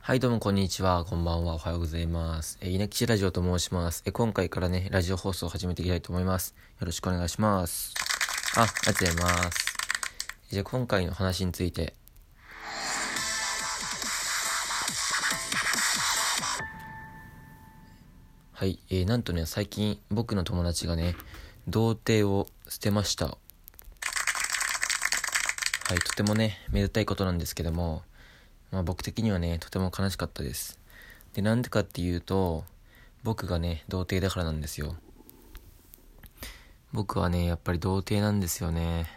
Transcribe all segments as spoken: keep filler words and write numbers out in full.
はいどうもこんにちは、こんばんは、おはようございます。えー、稲吉ラジオと申します。えー、今回からね、ラジオ放送を始めていきたいと思います。よろしくお願いします。あ、ありがとうございます。じゃあ今回の話について。はい、えー、なんとね、最近僕の友達がね、童貞を捨てました。はい、とてもね、めでたいことなんですけども、まあ僕的にはね、とても悲しかったです。で、なんでかっていうと、僕がね、童貞だからなんですよ。僕はね、やっぱり童貞なんですよね。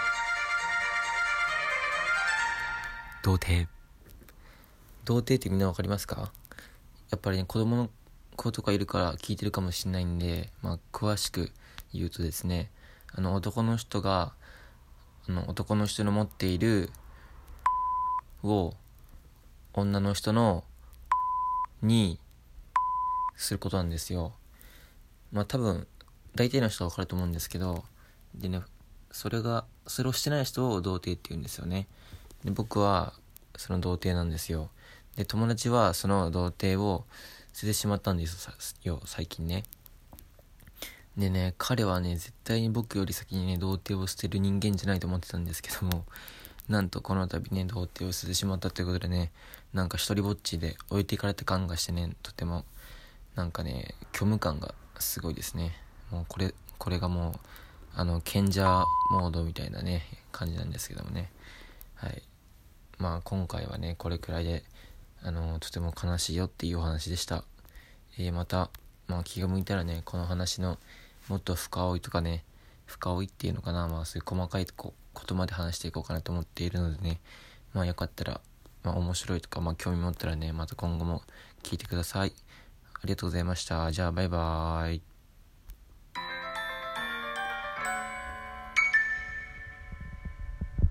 童貞。童貞ってみんなわかりますか？やっぱりね、子供の子とかいるから聞いてるかもしれないんで、まあ、詳しく言うとですね、あの、男の人が、あの、男の人の持っている、を、女の人の、に、することなんですよ。まあ、多分、大体の人はわかると思うんですけど、でね、それが、それをしてない人を童貞って言うんですよね。で、僕は、その童貞なんですよ。で、友達はその童貞を捨ててしまったんですよ、最近ね。でね、彼はね、絶対に僕より先にね、童貞を捨てる人間じゃないと思ってたんですけども、なんとこの度ね、童貞を捨ててしまったということでね、なんか一人ぼっちで置いていかれた感がしてね、とても、なんかね、虚無感がすごいですね。もうこれ、これがもう、あの、賢者モードみたいなね、感じなんですけどもね。はい。まあ今回はね、これくらいで、あの、とても悲しいよっていうお話でした。えー、また、まあ気が向いたらね、この話のもっと深追いとかね、深追いっていうのかな、まあそういう細かいこことまで話していこうかなと思っているのでね、まあよかったら、まあ面白いとか、まあ興味持ったらね、また今後も聞いてください。ありがとうございました。じゃあバイバーイ。